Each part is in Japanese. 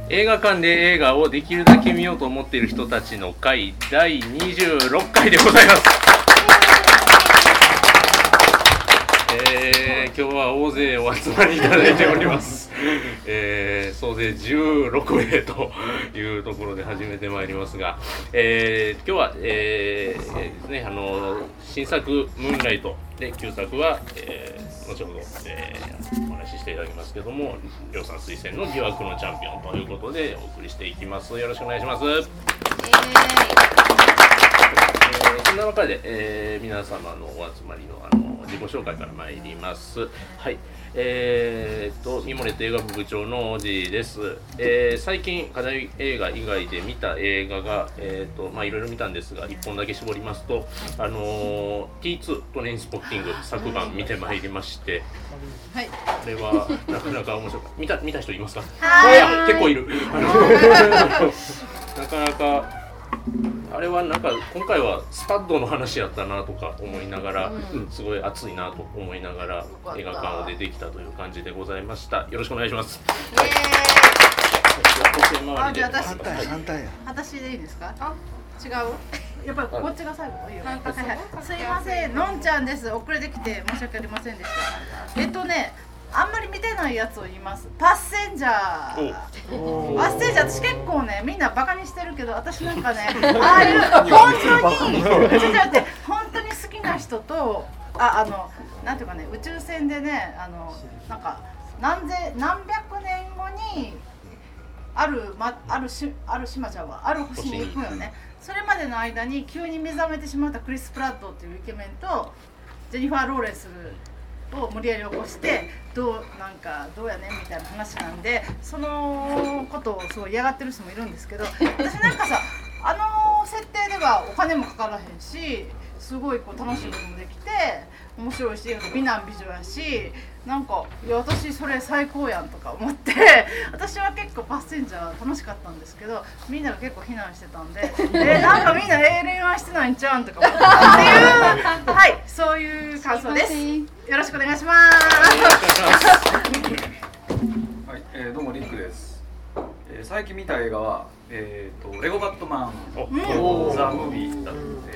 映画館で映画をできるだけ見ようと思っている人たちの会第26回でございます。今日は大勢お集まりいただいております。総勢16名というところで始めてまいりますが、今日は、ですね、新作ムーンライトで、旧作は、後ほど、お話ししていただきますけども、りょうさん推薦の疑惑のチャンピオンということでお送りしていきます。よろしくお願いします。そんな中で、皆様のお集まりの自己紹介から参ります。はい。ミモレット映画部部長のおじです。最近課題映画以外で見た映画が、いろいろ見たんですが、1本だけ絞りますと、T2 トレインスポッティング昨晩見てまいりまして、はい、これはなかなか面白かった。見た人いますか？はい、結構いる。なかなかあれはなんか今回はスパッドの話やったなとか思いながら、すごい熱いなと思いながら映画館を出てきたという感じでございました。よろしくお願いします。 私でいいですか？違う？やっぱりこっちが最後。すいません、のんちゃんです。遅れてきて申し訳ありませんでした。あんまり見てないやつを言います。パッセンジャー。パッセンジャー、私結構ね、みんなバカにしてるけど、私なんかね、ああいう本当に好きな人と、なんていうかね、宇宙船でね、なんか何百年後にある島ちゃんはある星に行くよね。それまでの間に急に目覚めてしまったクリス・プラットっていうイケメンとジェニファー・ローレンスを無理やり起こしてどうやねんみたいな話なんで、そのことをすごい嫌がってる人もいるんですけど、私なんかさ、設定ではお金もかからへんし、すごいこう楽しいこともできて面白いし、美男美女やし、なんかいや私それ最高やんとか思って、私は結構パッセンジャー楽しかったんですけど、みんなが結構非難してたんで、なんかみんな恋愛してないんちゃうんとか思ったっていう、はい、そういう感想です。よろしくお願いします。 はい、どうもリックです。最近見た映画はレゴバットマンザ・ムービーだって、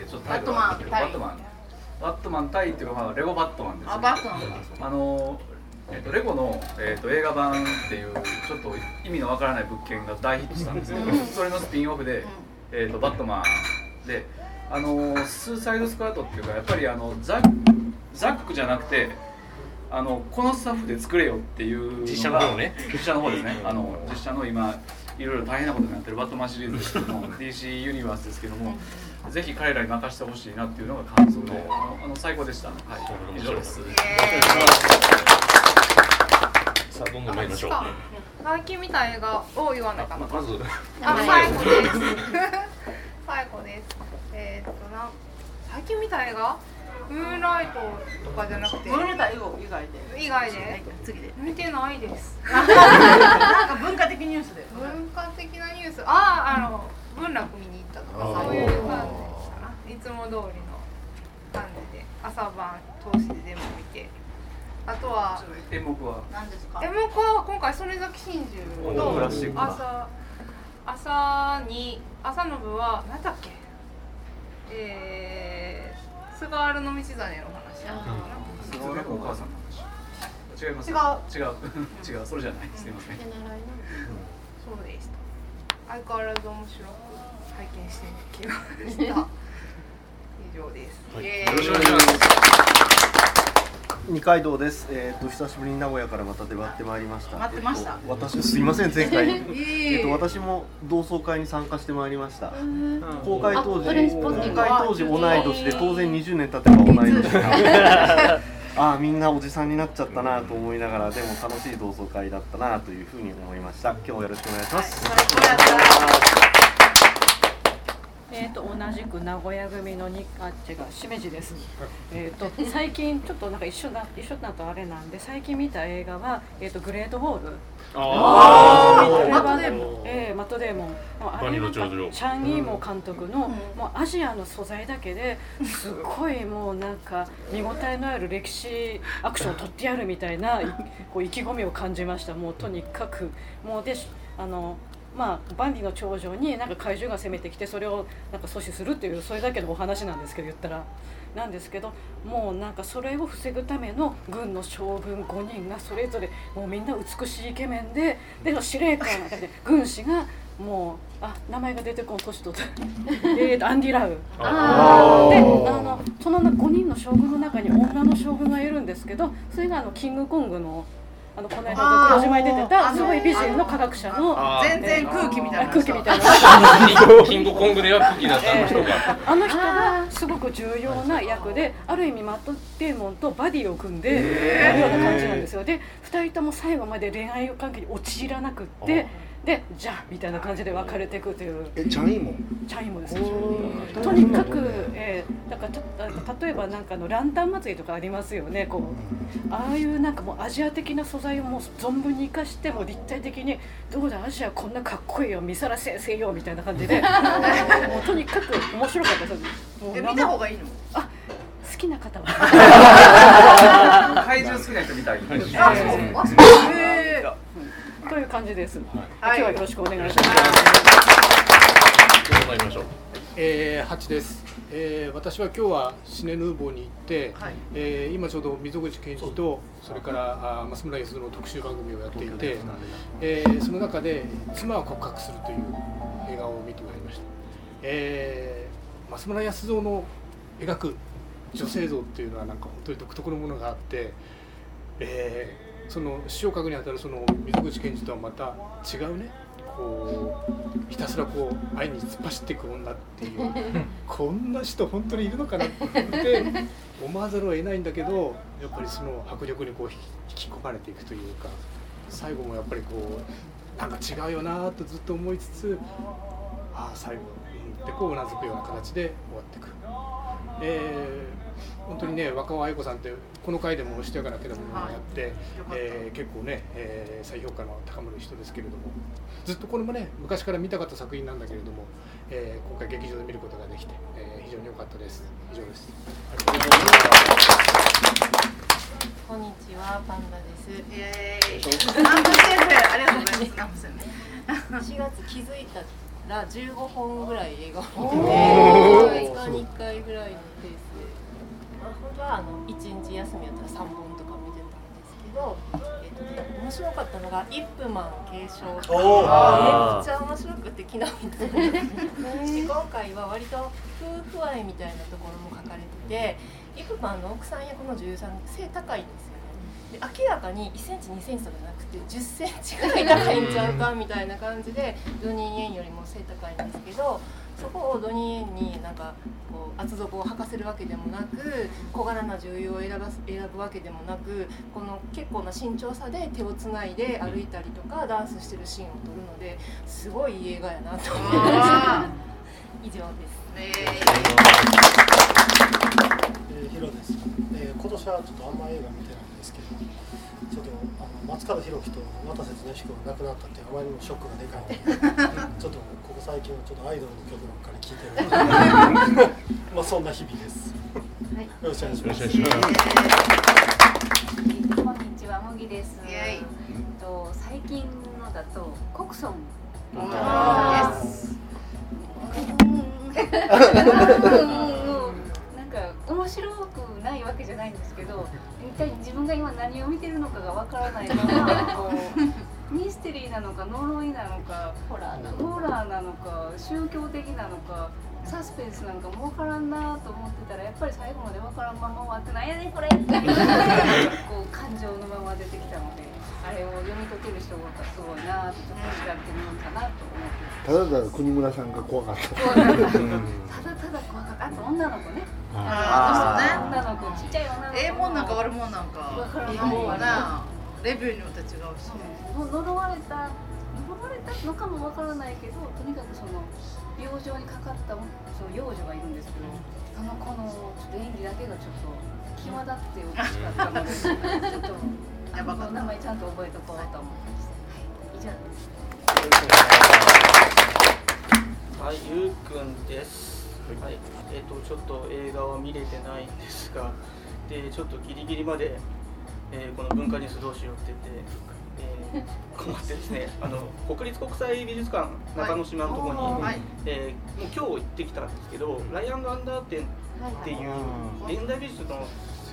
ちょっとタイトルなんですけど、バットマン対っていうか、レゴバットマンですね。 バットマン。 レゴの、映画版っていうちょっと意味のわからない物件が大ヒットしたんですけど、それのスピンオフで、バットマンで、スーサイドスクワットっていうか、やっぱりザックじゃなくて、このスタッフで作れよっていう実写の方ね。 実写の方ですね。実写の今いろいろ大変なことになってるバットマンシリーズですけどもDC ユニバースですけども、ぜひ彼らに任せてほしいなっていうのが感想で、最高でした。はい、以上です。 さあどんどん参りましょう。 最近見た映画を言わないかな。 まず最後です。最後です。最近見た映画？ムーンライトとかじゃなくて、 ムーンライト以外で次で見てないです。 なんか文化的ニュースで。 文化的なニュース、文楽見に行ったとかそういう感じかな。いつも通りの感じで朝晩通しで全部見て、あとは演目は何ですか？ 演目は今回それ崎真珠とクラシック朝の部は何だっけ？菅原道真の話。菅原のお母さんの話。違います。違う、それじゃない。すみません。 そうでした。相変わらず面白く拝見してきました。以上です。 よろしくお願いします。 二階堂です。久しぶりに名古屋からまた出張ってまいりました。 待ってました。 私すいません前回。私も同窓会に参加してまいりました。公開当時同い年で当然20年経てば同い年なみんなおじさんになっちゃったなと思いながら、でも楽しい同窓会だったなというふうに思いました。今日よろしくお願いします。 同じく名古屋組のしめじです。最近ちょっとなんか一緒だとあれなんで、最近見た映画はグレートウォール。マット・デーモン。あれなんかチャン・イーモ監督のもうアジアの素材だけですっごいもうなんか見応えのある歴史アクションを撮ってやるみたいなこう意気込みを感じました。もうとにかくもうでまあ、万里の長城になんか怪獣が攻めてきてそれをなんか阻止するっていうそれだけのお話なんですけど言ったらなんですけどもうなんかそれを防ぐための軍の将軍5人がそれぞれもうみんな美しいイケメンで司令官軍師がもう名前が出てこん年とアンディ・ラウでその5人の将軍の中に女の将軍がいるんですけどそれがキングコングのこの間黒島に出てたすごい美人の科学者の全然空気みたいな空気みたいなキングコングでは空気だったあの人があの人がすごく重要な役である意味マット・デーモンとバディを組んでやるような感じなんですよ。で2人とも最後まで恋愛関係に陥らなくってでじゃあみたいな感じで別れていくというチャンイモですとにかく、だから例えばなんかランタン祭りとかありますよねこうああいうなんかもうアジア的な素材をもう存分に生かしても立体的にどうだアジアこんなかっこいいよ見さらせせよみたいな感じでもうとにかく面白かったです。もう見た方がいいの？ 好きな方は怪獣好きな人見たい。 という感じです。今日はよろしくお願いします。 参りましょう。 8です。私は今日はシネヌーボーに行って、今ちょうど溝口健二とそれから増村康造の特集番組をやっていて、その中で妻は告白するという映画を見てまいりました。増村康造の描く女性像っていうのはなんか本当に独特のものがあって、その詩を書くにあたるその溝口健二とはまた違うねこうひたすらこう愛に突っ走っていく女っていうこんな人本当にいるのかなって思わざるを得ないんだけどやっぱりその迫力にこう引き込まれていくというか最後もやっぱりこうなんか違うよなとずっと思いつつ最後ってこううなずくような形で終わっていく。本当にね若尾愛子さんってこの回でもしとやかなければものをやって、結構ね、再評価の高まる人ですけれどもずっとこれもね昔から見たかった作品なんだけれども、今回劇場で見ることができて、非常に良かったです。以上です。 こんにちはパンダです。 南部先生ありがとうございます。 4月気づいたら15本ぐらい映画を見てて5日に1回ぐらいのペースで、本当は1日休みやったら3本とか見てたんですけど、面白かったのがイップマン継承とかめっちゃ面白くて昨日見たで今回は割と夫婦愛みたいなところも書かれててイップマンの奥さん役の女優さん背高いんですよね。で明らかに1センチ2センチとかじゃなくて10センチぐらい高いんちゃうかみたいな感じでドニー・イエンよりも背高いんですけどそこをドニー・イエンになんかこう厚底を履かせるわけでもなく小柄な女優を選ぶわけでもなくこの結構な身長差で手をつないで歩いたりとかダンスしてるシーンを撮るのですごいいい映画やなと思いました以上です。 ヒロです。今年はちょっとあんま映画見てないんですけどちょっと松川博樹と渡瀬恒彦が亡くなったってあまりにもショックがでかいのでちょっとここ最近はちょっとアイドルの曲ばっかり聴いてるのでまあそんな日々です。よろしくお願いします。 こんにちは、麦です。最近のだとコクソン。なんか面白くないわけじゃないんですけど、一体自分が今何を見てるのかがわからないままこうミステリーなのか呪いなのかホラーなのか宗教的なのかサスペンスなんかもわからんなと思ってたらやっぱり最後までわからんまま終わってなんやねんこれってこう感情のまま出てきたのであれを読み解ける人がすごいなってちょっと調べてみようかなと思って。 ただただ国村さんが怖かった。 ただただ怖かった。あと女の子ね。女の子ちっちゃい女の子。 ええもんなんか悪もんなんか。いいもんはな。レビューによって違うし。 呪われたのかもわからないけど、とにかくその病状にかかったその幼女がいるんですけど、あの子のちょっと演技だけがちょっと際立って美しかったので、ちょっと名前ちゃんと覚えとこうと思いました。以上です。 はい、ゆうくんです。はい、ちょっと映画は見れてないんですが、でちょっとギリギリまで、この文化ニュースどうしようって言って、 困ってですね、国立国際美術館中之島のところに、もう今日行ってきたんですけど、ライアン・ガンダー展っていう現代美術の、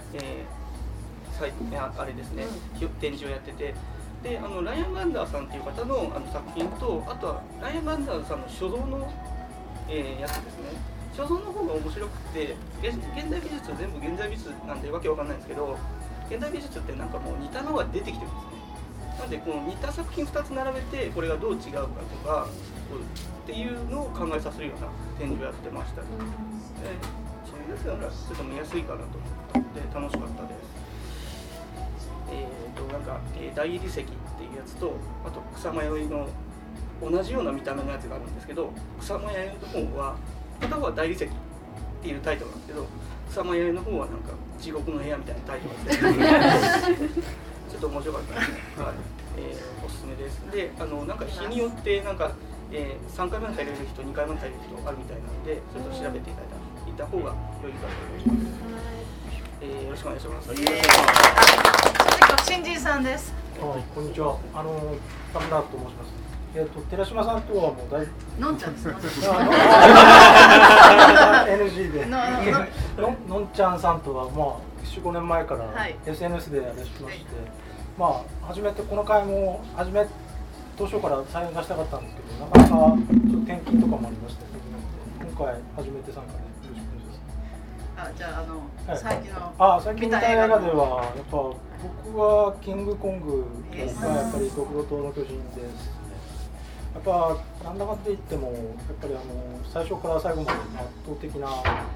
あれですね、展示をやってて、でライアン・ガンダーさんっていう方の作品と、あとはライアン・ガンダーさんの所蔵の、やつですね。所蔵の方が面白くて、現代美術は全部現代美術なんでわけわかんないんですけど、現代美術ってなんかもう似たのが出てきてるんですね。なんでこの似た作品2つ並べてこれがどう違うかとかっていうのを考えさせるような展示をやってました。そういうやつならちょっと見やすいかなと思って楽しかったです。なんか大理石っていうやつと、あと草間彌生の同じような見た目のやつがあるんですけど、草間彌生の方は片方は大理石っていうタイトルなんですけど、草間彌生の方はなんか地獄の部屋みたいなタイトルでちょっと面白かったですね。はい、おすすめです。で、なんか日によってなんか、3回目に入れる人、2回目に入れる人あるみたいなので、ちょっと調べていた方が良いかと思います。よろしくお願いします。 新人さんです。 こんにちは。田村と申します。寺島さんとはもうのんちゃんです。 NG でのんちゃんさんとはまあ4、5年前から SNS であれしまして、まあ初めてこの回も当初から採用させたかったんですけど、なかなかちょっと転勤とかもありまして、今回初めて参加でよろしくお願いします。 じゃあ最近見た映画ではやっぱ僕はキングコングがやっぱりドクロ島の巨人です。やっぱなんだかって言ってもやっぱり最初から最後まで圧倒的な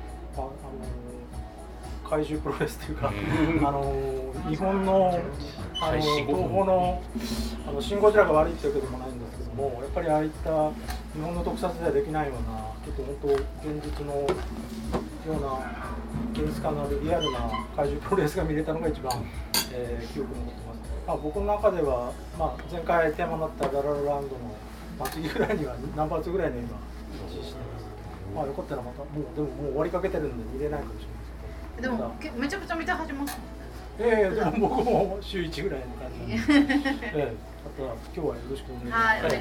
怪獣プロレスというか日本の東宝のシン・ゴジラが悪いってわけでもないんですけども、やっぱりああいった日本の特撮ではできないようなちょっと本当現実のような現実感のあるリアルな怪獣プロレスが見れたのが一番、記憶に残ってます。僕の中では、前回テーマになったラララランドの次ぐらいにはナンバー2ぐらいの今位置してます。よかったらまたでももう終わりかけてるんで見れないかもしれないですけど。 でもめちゃくちゃ見たはじますもんね。でも僕も週1ぐらいの感じなんで。また今日はよろしくお願いします。 はい、お願いし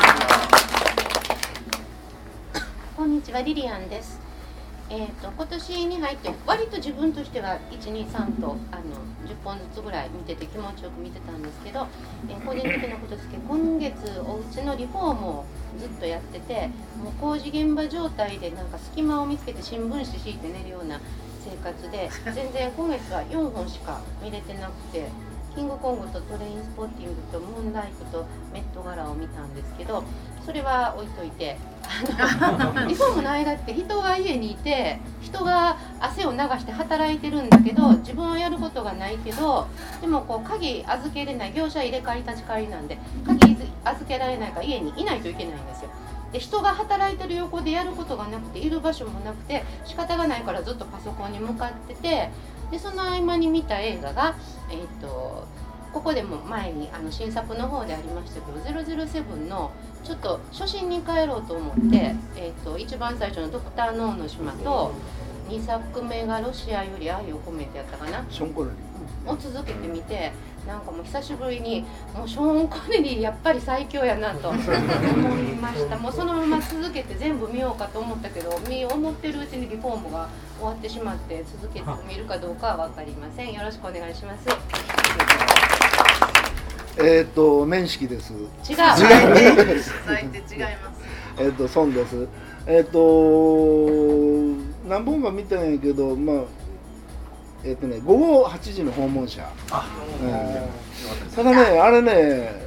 ます。 こんにちは、リリアンです。今年に入って割と自分としては1、2、3と10本ずつぐらい見てて気持ちよく見てたんですけど、個人的なことですけど、今月お家のリフォームをずっとやってて、もう工事現場状態でなんか隙間を見つけて新聞紙敷いて寝るような生活で、全然今月は4本しか見れてなくて、キングコングとトレインスポッティングとムーンライトとメット柄を見たんですけど、それは置いといて、リフォームの間って人が家にいて人が汗を流して働いてるんだけど、自分はやることがないけど、でもこう鍵預けれない、業者入れ替え立ち替えりなんで鍵預けられないから家にいないといけないんですよ。で人が働いてる横でやることがなくて、いる場所もなくて仕方がないからずっとパソコンに向かってて、でその合間に見た映画がここでも前に新作の方でありましたけど、007のちょっと初心に帰ろうと思って、一番最初のドクター・ノーの島と2作目がロシアより愛を込めてやったかな、 ショーン・コネリーを続けてみて、なんかもう久しぶりにもうショーン・コネリーやっぱり最強やなと思いました。もうそのまま続けて全部見ようかと思ったけど、思ってるうちにリフォームが終わってしまって、続けて見るかどうかは分かりません。よろしくお願いします。 面識です。 違う。 損です。何本か見たんやけど、午後8時の訪問者。ただね、あれね、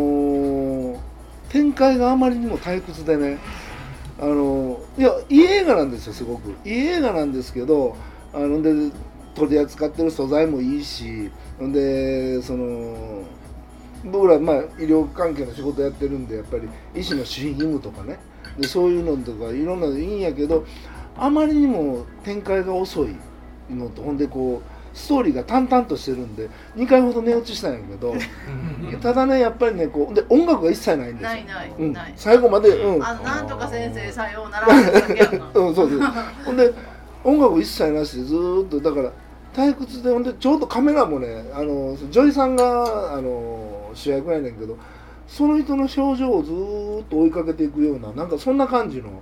展開があまりにも退屈でね、いや、いい映画なんですよ、すごく。いい映画なんですけど、で取り扱ってる素材もいいし、で僕ら医療関係の仕事やってるんで、やっぱり医師の守秘義務とかね、でそういうのとかいろんなのいいんやけど、あまりにも展開が遅いのと、ほんでこうストーリーが淡々としてるんで2回ほど寝落ちしたんやけどただね、やっぱりね、こうで音楽が一切ないんですよ。ない最後まで、 なんとか先生さようならだけやなそうほんで音楽一切なしでずーっと、だから退屈で、ほんでちょうどカメラもね女医さんが主役やねんけど、その人の表情をずーっと追いかけていくような、なんかそんな感じの、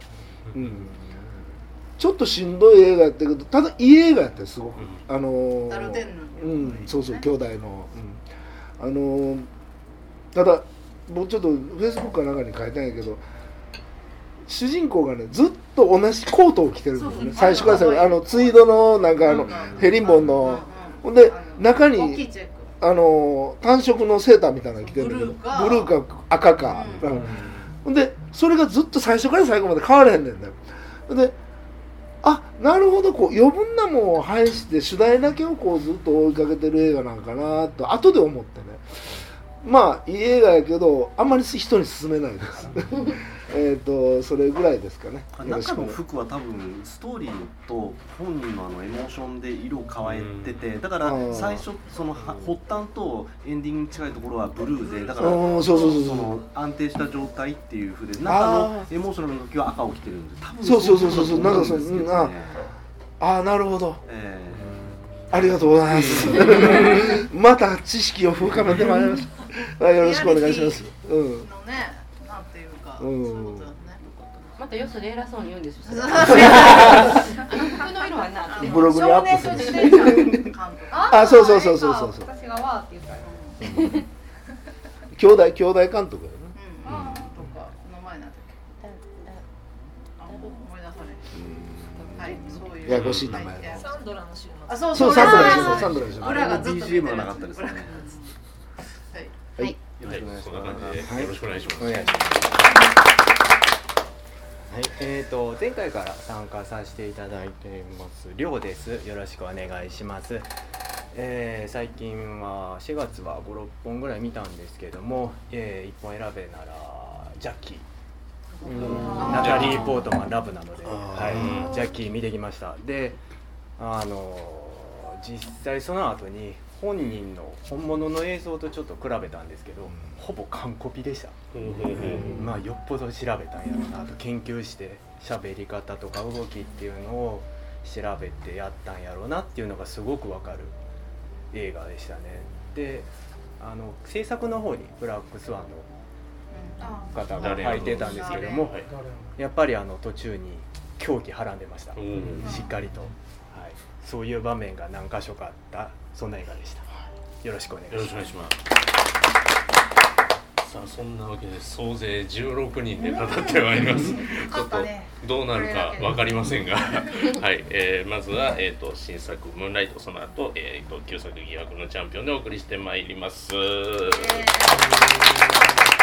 ちょっとしんどい映画やったけど、ただいい映画やったよすごく。 ダルテンヌ、 そうそう兄弟の、ただ僕ちょっとフェイスブックかなんかに書いたんやけど、主人公がねずっと同じコートを着てるんですよね、最初から最後ツイードのなんかヘリンボンの、ほんで中に単色のセーターみたいなの着てるんだけど、ブルーか赤か、ほんでそれがずっと最初から最後まで変わらへんねんだよ。でなるほど、こう余分なもんを排して主題だけをこうずっと追いかけてる映画なんかなと後で思ってね、まあいい映画やけどあんまり人に勧めないですそれぐらいですかね。 中の服は多分ストーリーと本人のエモーションで色を変えてて、だから最初その発端とエンディングに近いところはブルーで、だからその安定した状態っていう風で、中のエモーショナルの時は赤を着てるんで、多分そうなんかなるほど、ありがとうございますまた知識を深めてまいりました。よろしくお願いします。 またよそで偉そうに言うんですよ。服の色はなってブログにアップする。そう。 私がわーって言ったよ。 兄弟監督やね。 とか名前なんだっけ。思い出され。はい、そういう。 ややこしい名前。 サンドラの週末。そうサンドラの週末。 あれも BGM はなかったですね。 はい。 よろしくお願いします。よろしくお願いします。 はい、前回から参加させていただいていますりょうです。よろしくお願いします。最近は4月は5、6本ぐらい見たんですけども、1本選べならジャッキー、ナタリー・ポートマンラブなので、はい、ジャッキー見てきました。で、実際その後に本人の本物の映像とちょっと比べたんですけど、ほぼ完コピでした。まあよっぽど調べたんやろうなと、研究して喋り方とか動きっていうのを調べてやったんやろうなっていうのがすごくわかる映画でしたね。で、制作の方にブラックスワンの方が入ってたんですけども、やっぱり途中に狂気はらんでました。しっかりと、はい、そういう場面が何箇所かあったそんな映画でした。よろしくお願いします。 さあ、そんなわけで総勢16人で語ってまいります。ちょっとどうなるか分かりませんがはい、まずは、新作ムーンライト、その後、旧作疑惑のチャンピオンでお送りしてまいります。